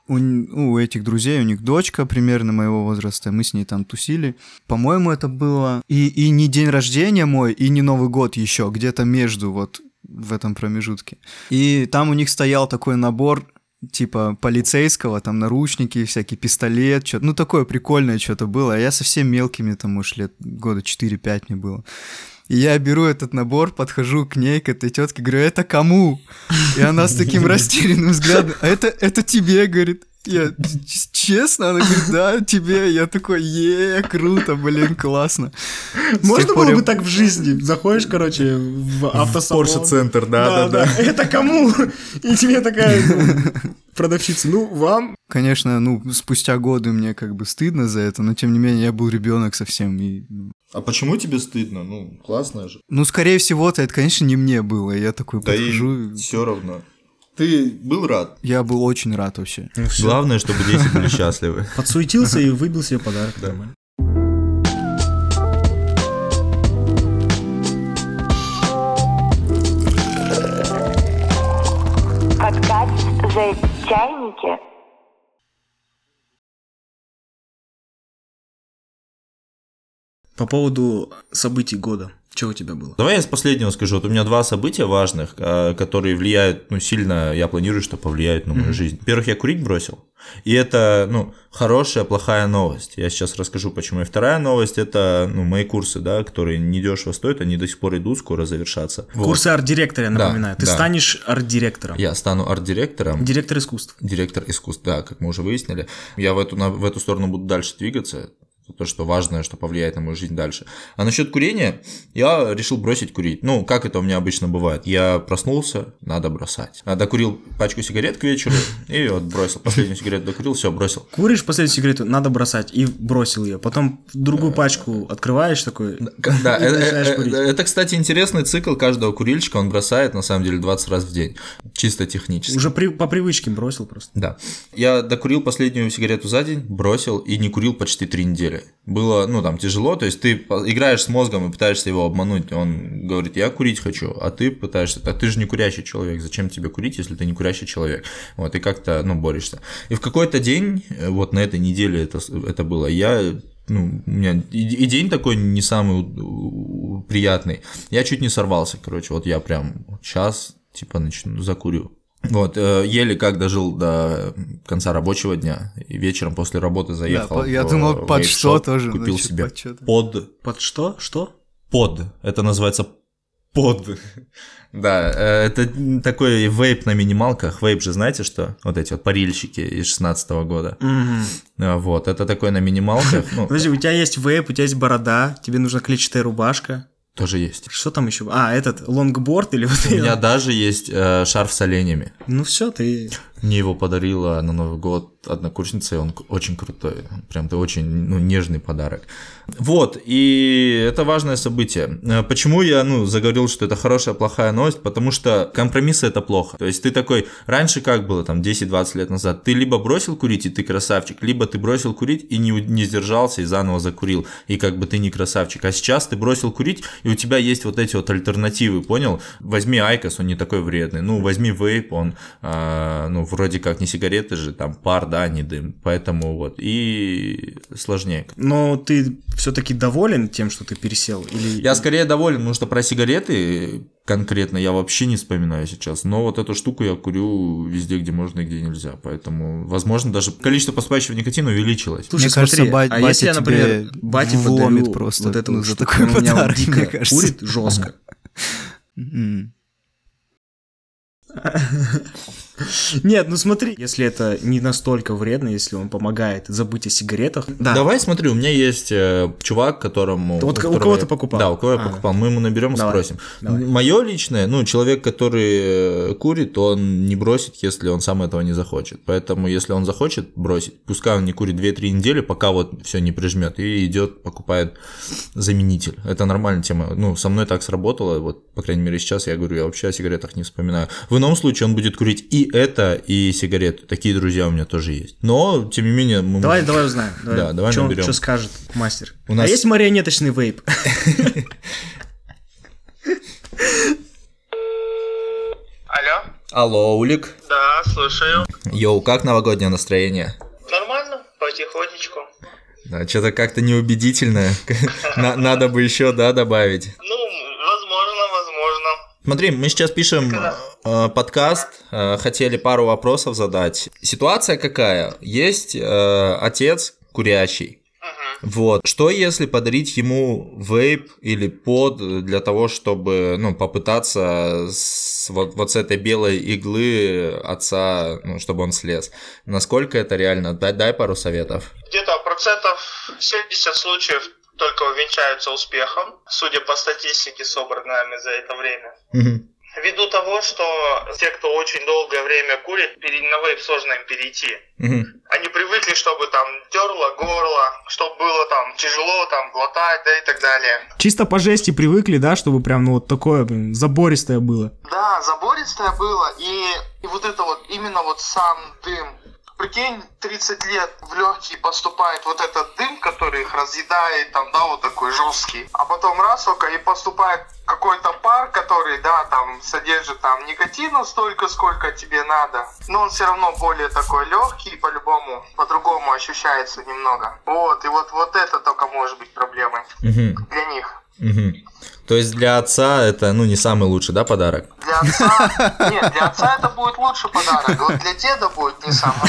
у этих друзей, у них дочка примерно моего возраста, мы с ней там тусили. По-моему, это было и не день рождения мой, и не Новый год еще, где-то между вот в этом промежутке. И там у них стоял такой набор типа полицейского, там наручники, всякий пистолет, что-то, такое прикольное что-то было, а я совсем мелкими, там, может, лет года 4-5 мне было. И я беру этот набор, подхожу к ней, к этой тетке, говорю, это кому? И она с таким растерянным взглядом, а это тебе, говорит. Я, честно? Она говорит, да, тебе. Я такой, круто, блин, классно. Можно было бы так в жизни? Заходишь, короче, в автосалон. Porsche Центр, да. Это кому? И тебе такая продавщица, вам. Конечно, спустя годы мне как бы стыдно за это, но тем не менее я был ребенок совсем. А почему тебе стыдно? Классно же. Скорее всего-то это, конечно, не мне было. Я такой подхожу. Да и все равно. Ты был рад? Я был очень рад вообще. Главное, чтобы дети были счастливы. Подсуетился и выбил себе подарок. Да. Подкаст за чайники. По поводу событий года. Что у тебя было? Давай я с последнего скажу. Вот у меня 2 события важных, которые влияют, сильно, я планирую, что повлияют на мою жизнь. Во-первых, я курить бросил. И это, хорошая, плохая новость. Я сейчас расскажу, почему. И вторая новость – это, мои курсы, да, которые недешево стоят, они до сих пор идут, скоро завершатся. Курсы арт-директора, я напоминаю. Ты станешь арт-директором. Я стану арт-директором. Директор искусств. Директор искусств, да, как мы уже выяснили. Я в эту сторону буду дальше двигаться. То, что важное, что повлияет на мою жизнь дальше. А насчет курения, я решил бросить курить. Как это у меня обычно бывает. Я проснулся, надо бросать. Докурил пачку сигарет к вечеру и вот бросил. Последнюю сигарету докурил, все, бросил. Куришь последнюю сигарету, надо бросать, и бросил ее. Потом другую пачку открываешь такой. Да, это, кстати, интересный цикл каждого курильщика. Он бросает, на самом деле, 20 раз в день. Чисто технически. Уже по привычке бросил просто. Да. Я докурил последнюю сигарету за день, бросил и не курил почти 3 недели. Было, тяжело, то есть ты играешь с мозгом и пытаешься его обмануть, он говорит, я курить хочу, а ты пытаешься, ты же не курящий человек, зачем тебе курить, если ты не курящий человек, и как-то, борешься. И в какой-то день, вот на этой неделе это было, у меня и день такой не самый приятный, я чуть не сорвался, вот я прям сейчас, закурю. Еле как дожил до конца рабочего дня, и вечером после работы заехал. Да, я думал, под что тоже. Купил себе под. Под что? Что? Под. Это называется под. Да, это такой вейп на минималках. Вейп же знаете что? Вот эти вот парильщики из 16-го года. Это такой на минималках. Подожди, у тебя есть вейп, у тебя есть борода, тебе нужна клетчатая рубашка. Тоже есть. Что там еще? Этот лонгборд или вот У меня даже есть шарф с оленями. Все, ты... Мне его подарила на Новый год однокурсница, и он очень крутой. Прям это очень нежный подарок. И это важное событие. Почему я заговорил, что это хорошая, плохая новость? Потому что компромиссы – это плохо. То есть ты такой, раньше как было, 10-20 лет назад, ты либо бросил курить, и ты красавчик, либо ты бросил курить и не сдержался, и заново закурил, и ты не красавчик. А сейчас ты бросил курить, и у тебя есть вот эти вот альтернативы, понял? Возьми Айкос, он не такой вредный. Возьми вейп, он, вроде как не сигареты же, пар, да, не дым. Поэтому и сложнее. Но ты все-таки доволен тем, что ты пересел? Или... Я скорее доволен, потому что про сигареты конкретно я вообще не вспоминаю сейчас. Но эту штуку я курю везде, где можно и где нельзя. Поэтому, возможно, даже количество поступающего никотина увеличилось. Слушай, мне кажется, а если я, например, бате вломит просто вот это за такой подарок, мне кажется. Курит жестко. Нет, смотри, если это не настолько вредно, если он помогает забыть о сигаретах. Да. Давай, смотри, у меня есть чувак, которому... У кого ты покупал? Да, у кого я покупал. Мы ему наберем и спросим. Мое личное, человек, который курит, он не бросит, если он сам этого не захочет. Поэтому, если он захочет бросить, пускай он не курит 2-3 недели, пока все не прижмет, и идет, покупает заменитель. Это нормальная тема. Со мной так сработало, по крайней мере, сейчас я говорю, я вообще о сигаретах не вспоминаю. В ином случае он будет курить и это, и сигареты. Такие друзья у меня тоже есть. Но, тем не менее... Давай узнаем. Давай наберем. Что скажет мастер? А есть марионеточный вейп? Алло? Алло, Улик. Да, слушаю. Йоу, как новогоднее настроение? Нормально, потихонечку. Да, что-то как-то неубедительно. Надо бы еще, добавить. Возможно. Смотри, мы сейчас пишем подкаст, хотели пару вопросов задать. Ситуация какая? Есть отец курящий. Что если подарить ему вейп или под для того, чтобы, попытаться с этой белой иглы отца, чтобы он слез? Насколько это реально? Дай пару советов. Где-то 70% случаев только увенчаются успехом, судя по статистике, собранной нами за это время. Ввиду того, что те, кто очень долгое время курит, на вейп сложно им перейти. Они привыкли, чтобы дерло горло, чтобы было тяжело глотать, да и так далее. Чисто по жести привыкли, да, чтобы прям такое забористое было. Да, забористое было, и это именно сам дым. Прикинь, 30 лет в легкие поступает вот этот дым, который их разъедает, там, да, вот такой жесткий. А потом раз только и поступает какой-то пар, который, да, там, содержит там никотина столько, сколько тебе надо. Но он все равно более такой легкий, по-любому, по-другому ощущается немного. Вот, и вот это только может быть проблемой для них. То есть для отца это, не самый лучший, да, подарок? Для отца... Нет, для отца это будет лучший подарок, вот для деда будет не самый.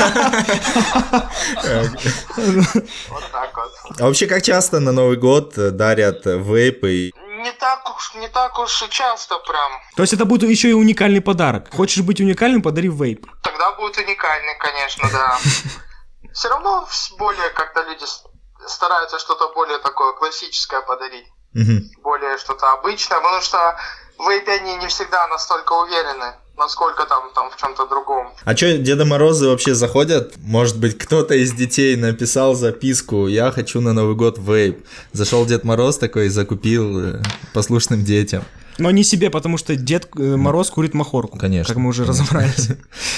Вот так вот. А вообще, как часто на Новый год дарят вейпы? Не так уж и часто прям. То есть это будет еще и уникальный подарок. Хочешь быть уникальным, подари вейп. Тогда будет уникальный, конечно, да. Все равно более как-то люди стараются что-то более такое классическое подарить. Более что-то обычное, потому что в вейпе они не всегда настолько уверены, насколько там в чем-то другом. А что, Деда Морозы вообще заходят? Может быть, кто-то из детей написал записку: я хочу на Новый год вейп. Зашел Дед Мороз такой и закупил послушным детям. Но не себе, потому что Дед Мороз курит махорку. Конечно. Как мы уже разобрались.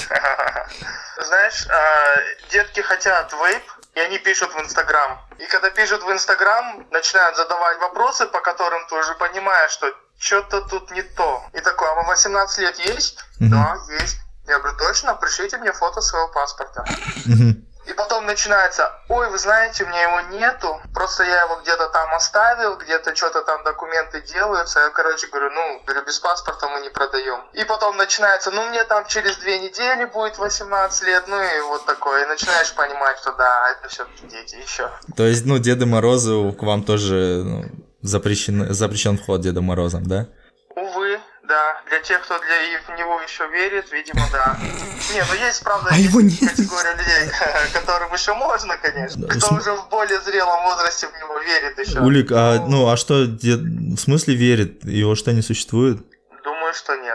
Знаешь, детки хотят вейп, и они пишут в Инстаграм. И когда пишут в Инстаграм, начинают задавать вопросы, по которым ты уже понимаешь, что что-то тут не то. И такой: а вам 18 лет есть? Да, есть. Я говорю: точно? Пришлите мне фото своего паспорта. И потом начинается: ой, вы знаете, у меня его нету, просто я его где-то там оставил, где-то что-то там документы делаются. Я, говорю, без паспорта мы не продаем. И потом начинается: мне там через 2 недели будет 18 лет, и вот такое. И начинаешь понимать, что да, это все-таки дети еще. То есть, Деду Морозу к вам тоже запрещен вход Дедом Морозом, да? Увы. Да, для тех, кто в него еще верит, видимо, да. Есть, правда, категория людей, которым еще можно, конечно. Кто уже в более зрелом возрасте в него верит еще. Улик, а что, в смысле верит? Его что, не существует? Думаю, что нет.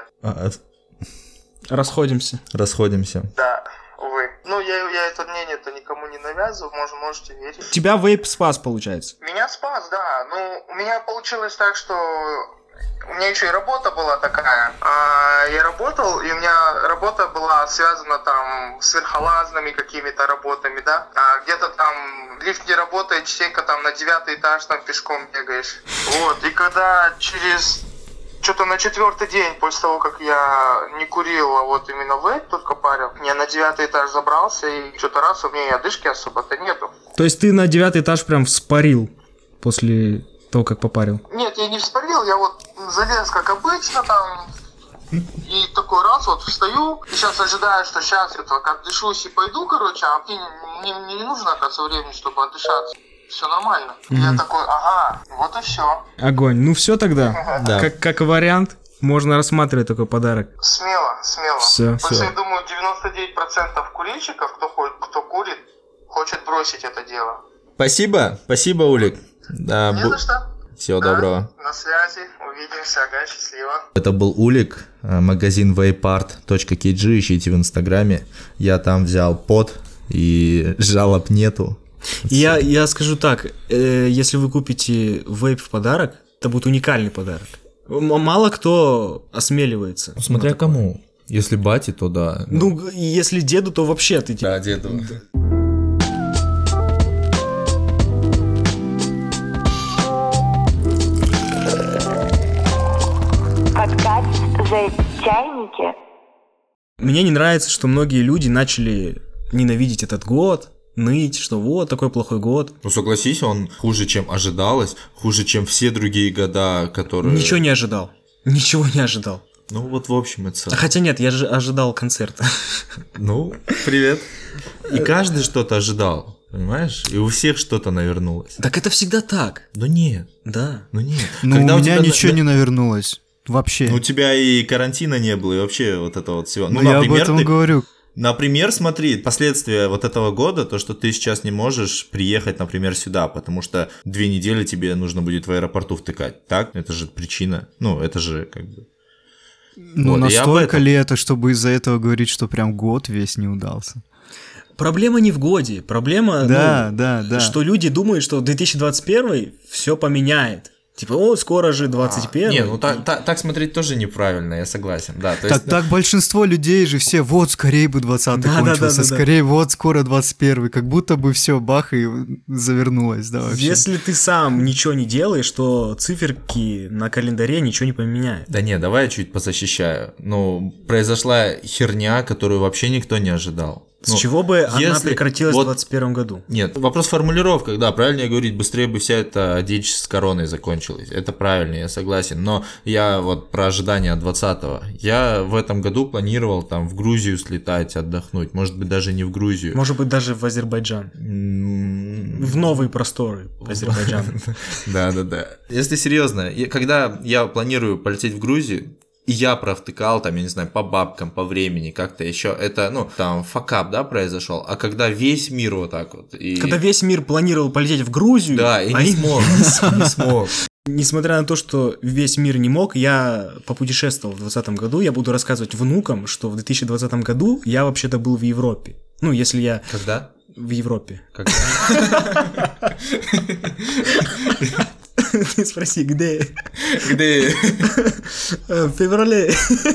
Расходимся. Да, увы. Я это мнение-то никому не навязываю, можете верить. Тебя вейп спас, получается? Меня спас, да. У меня получилось так, что... У меня еще и работа была такая. Я работал, и у меня работа была связана там с верхолазными какими-то работами, да. Где-то там лифт не работает, частенько там на 9-й этаж там пешком бегаешь. Вот, и когда что-то на 4-й день после того, как я не курил, а вот именно вейп только парил, я на 9-й этаж забрался, и что-то раз у меня и одышки особо-то нету. То есть ты на 9-й этаж прям вспарил после... того, как попарил? Нет, я не вспарил, я вот залез, как обычно, там, и такой раз вот встаю, и сейчас ожидаю, что сейчас я только отдышусь и пойду, а мне не нужно, оказывается, времени, чтобы отдышаться. Все нормально. Я такой: ага, вот и все. Огонь. Все тогда. Да. Как вариант, можно рассматривать такой подарок. Смело. Все. Потому что я думаю, 99% курильщиков, кто курит, хочет бросить это дело. Спасибо, Улик. Да, не за что. Всего доброго. На связи, увидимся, счастливо. Это был Улик, магазин vapeart.kg, ищите в Инстаграме. Я там взял пот, и жалоб нету. Я скажу так, если вы купите вейп в подарок, это будет уникальный подарок. Мало кто осмеливается. Смотря кому. Если бате, то да. Если деду, то вообще ты... Да, деду. За чайники. Мне не нравится, что многие люди начали ненавидеть этот год, ныть, что вот такой плохой год. Согласись, он хуже, чем ожидалось, хуже, чем все другие года, которые... Ничего не ожидал. В общем и целом. Хотя нет, я же ожидал концерта. Привет. И каждый что-то ожидал, понимаешь? И у всех что-то навернулось. Так это всегда так. Нет. Да. Нет. У меня ничего не навернулось. Вообще. У тебя и карантина не было, и вообще вот это вот всего. Я об этом говорю. Например, смотри, последствия вот этого года, то, что ты сейчас не можешь приехать, например, сюда, потому что 2 недели тебе нужно будет в аэропорту втыкать, так? Это же причина, это же как бы... Настолько ли это, чтобы из-за этого говорить, что прям год весь не удался? Проблема не в годе, проблема, да. что люди думают, что 2021 все поменяет. Типа, скоро же 21. Не, ну так смотреть тоже неправильно, я согласен, да. То есть... Так большинство людей же все, вот, скорее бы 20-й кончился, скорее, вот, скоро 21-й, как будто бы все бах, и завернулось, да, вообще. Если ты сам ничего не делаешь, то циферки на календаре ничего не поменяют. Да не, давай я чуть позащищаю. Ну, произошла херня, которую вообще никто не ожидал. С чего бы она прекратилась в 2021 году? Нет, вопрос в формулировках, да, правильнее говорить, быстрее бы вся эта дичь с короной закончилась. Это правильно, я согласен. Но я вот про ожидания 20-го. Я в этом году планировал там в Грузию слетать, отдохнуть. Может быть, даже не в Грузию. Может быть, даже в Азербайджан. В новые просторы Азербайджана. Да. Если серьезно, когда я планирую полететь в Грузию, и я провтыкал, там, я не знаю, по бабкам, по времени, как-то еще, это, ну, там, факап, да, произошел, а когда весь мир вот так вот... И... Когда весь мир планировал полететь в Грузию... Да, и не смог. Несмотря на то, что весь мир не мог, я попутешествовал в 2020 году, я буду рассказывать внукам, что в 2020 году я вообще-то был в Европе. Ну, если я... Когда? В Европе. Когда? Ты спроси, где? Где? В феврале.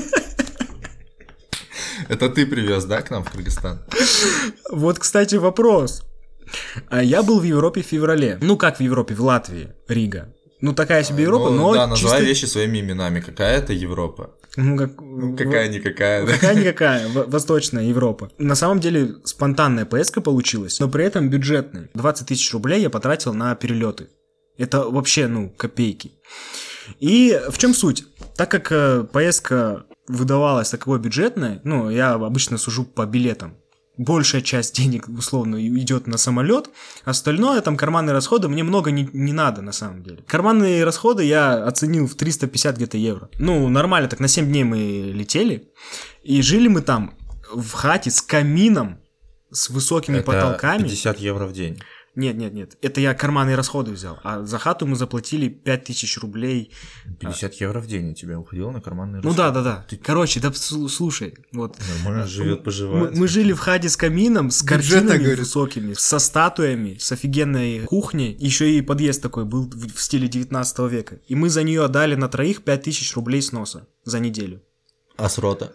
Это ты привез, да, к нам в Кыргызстан? Вот, кстати, вопрос. Я был в Европе в феврале. Ну, как в Европе? В Латвии, Рига. Ну, такая себе Европа, но... Да, называй вещи своими именами. Какая это Европа? Какая-никакая. Да? Какая-никакая, Восточная Европа. На самом деле, спонтанная поездка получилась, но при этом бюджетная. 20 тысяч рублей я потратил на перелеты. Это вообще, копейки. И в чем суть? Так как поездка выдавалась таковой бюджетной, я обычно сужу по билетам. Большая часть денег, условно, идет на самолет, остальное, там, карманные расходы, мне много не надо, на самом деле. Карманные расходы я оценил в 350 где-то евро. Нормально, так на 7 дней мы летели, и жили мы там в хате с камином, с высокими потолками. 50 евро в день. Нет, это я карманные расходы взял, а за хату мы заплатили 5000 рублей. 50 евро в день у тебя уходило на карманные расходы? Да. Короче, слушай, вот. Нормально живет, поживает. Мы жили в хате с камином, с картинами высокими, со статуями, с офигенной кухней, еще и подъезд такой был в стиле 19 века, и мы за нее отдали на троих 5000 рублей сноса за неделю. А с рота?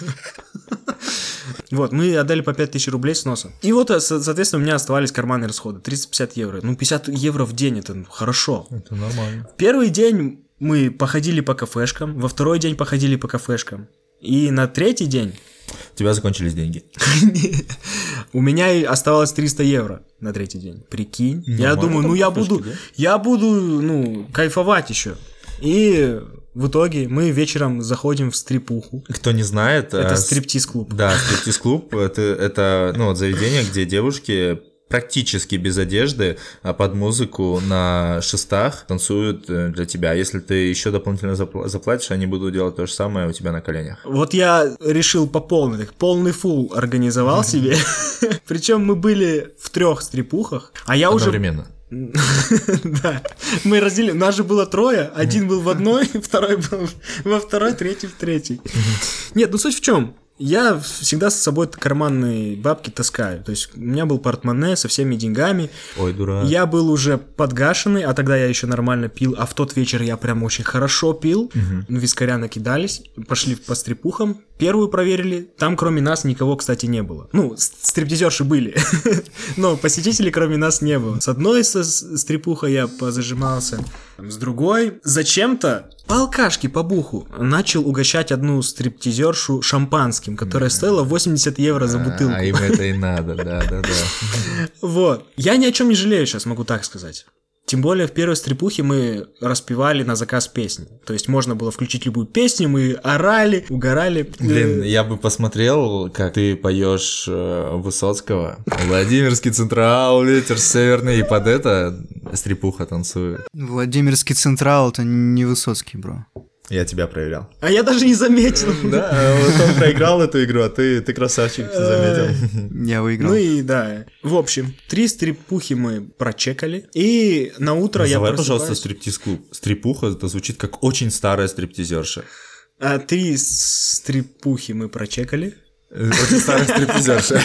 Вот, мы отдали по 5000 рублей сноса. И вот, соответственно, у меня оставались карманные расходы. 350 евро. 50 евро в день, это хорошо. Это нормально. В первый день мы походили по кафешкам, во второй день походили по кафешкам. И на третий день... У тебя закончились деньги. У меня оставалось 300 евро на третий день. Прикинь. Я думаю, я буду кайфовать еще. И... В итоге мы вечером заходим в стрипуху. Кто не знает... Это стриптиз-клуб. Да, стриптиз-клуб. Это заведение, где девушки практически без одежды, а под музыку на шестах танцуют для тебя. Если ты еще дополнительно заплатишь, они будут делать то же самое у тебя на коленях. Вот я решил по полный фулл организовал себе. Причем мы были в 3 стрипухах, а я уже... Одновременно. Да, мы разделили, нас же было 3, один был в одной, второй был во второй, третий в третьей. Нет, суть в чем? Я всегда с собой карманные бабки таскаю. То есть у меня был портмоне со всеми деньгами. Ой, дурак. Я был уже подгашенный, а тогда я еще нормально пил. А в тот вечер я прям очень хорошо пил. Вискаря накидались, пошли по стрипухам. Первую проверили. Там кроме нас никого, кстати, не было. Стриптизерши были. Но посетителей кроме нас не было. С одной стрипухой я позажимался. С другой зачем-то по алкашке, по буху начал угощать одну стриптизершу шампанским, которая стоила 80 евро за бутылку. А им это и надо, да. Вот. Я ни о чем не жалею сейчас, могу так сказать. Тем более в первой стрипухе мы распевали на заказ песни. То есть можно было включить любую песню, мы орали, угорали. Блин, я бы посмотрел, как ты поешь Высоцкого. Владимирский Централ, ветер северный, и под это стрипуха танцует. Владимирский Централ — это не Высоцкий, бро. Я тебя проверял. А я даже не заметил. Да, вот он проиграл эту игру, а ты красавчик, заметил. Я выиграл. Да. В общем, 3 стрипухи мы прочекали, и на утро я просыпаюсь... Называй, пожалуйста, стриптиз-клуб. Стрипуха, это звучит как очень старая стриптизерша. 3 стрипухи мы прочекали. Очень старая стриптизерша.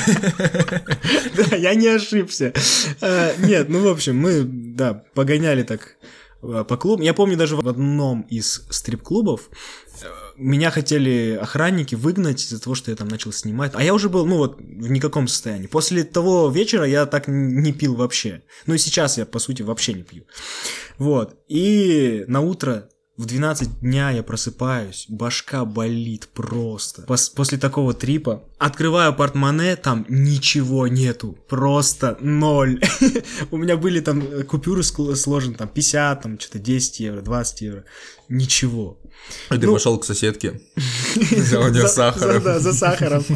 Да, я не ошибся. Нет, в общем, мы, погоняли так по клубам. Я помню, даже в одном из стрип-клубов меня хотели охранники выгнать из-за того, что я там начал снимать. А я уже был, в никаком состоянии. После того вечера я так не пил вообще. Ну и сейчас я, по сути, вообще не пью. Вот. И на утро в 12 дня я просыпаюсь, башка болит просто. После такого трипа открываю портмоне, там ничего нету, просто 0. У меня были там купюры сложены, там 50, там что-то 10 евро, 20 евро, ничего. И ты пошел к соседке, взял у нее сахаром. Да, за сахаром.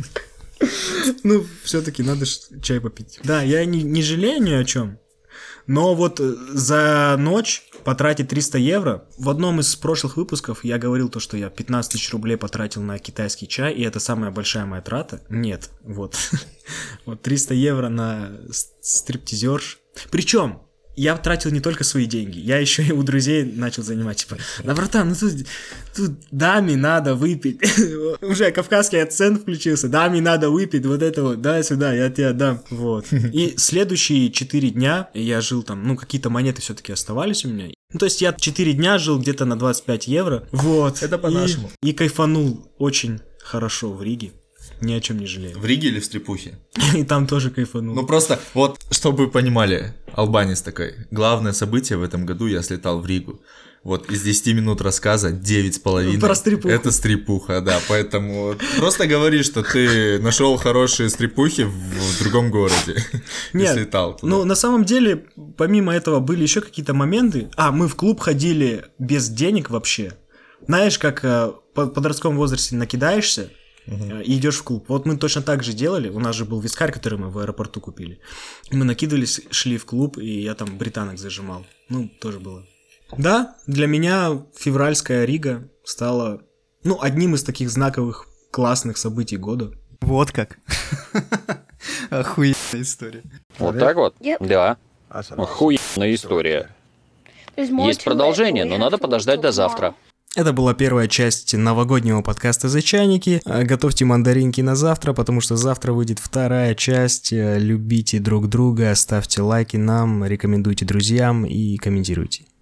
Ну, все-таки надо чай попить. Да, я не жалею ни о чем. Но вот за ночь потратить 300 евро... В одном из прошлых выпусков я говорил то, что я 15 тысяч рублей потратил на китайский чай, и это самая большая моя трата. Нет, вот. Вот 300 евро на стриптизерш. Причем я тратил не только свои деньги, я еще и у друзей начал занимать, типа, да, братан, ну тут даме надо выпить. Уже кавказский акцент включился, даме надо выпить, вот это вот, дай сюда, я тебе дам. Вот. И следующие 4 дня я жил там, какие-то монеты все-таки оставались у меня. Ну, то есть я 4 дня жил где-то на 25 евро. Вот. Это по-нашему. И кайфанул очень хорошо в Риге. Ни о чем не жалею. В Риге или в Стрипухе? И там тоже кайфанул. Ну просто, вот, чтобы вы понимали, албанец такой. Главное событие в этом году, я слетал в Ригу. Вот из 10 минут рассказа 9,5. Про стрипуху. Это стрипуха, да. Поэтому просто говори, что ты нашел хорошие стрипухи в другом городе. Нет, и слетал туда. Ну на самом деле, помимо этого, были еще какие-то моменты. Мы в клуб ходили без денег вообще. Знаешь, как в подростковом возрасте накидаешься, и идешь в клуб. Вот мы точно так же делали. У нас же был вискарь, который мы в аэропорту купили. Мы накидывались, шли в клуб, и я там британок зажимал. Тоже было. Да, для меня февральская Рига стала, одним из таких знаковых, классных событий года. Вот как. Охуенная история. Вот так вот? Да. Охуенная история. Есть продолжение, но надо подождать до завтра. Это была первая часть новогоднего подкаста «За чайники». Готовьте мандаринки на завтра, потому что завтра выйдет вторая часть. Любите друг друга, ставьте лайки нам, рекомендуйте друзьям и комментируйте.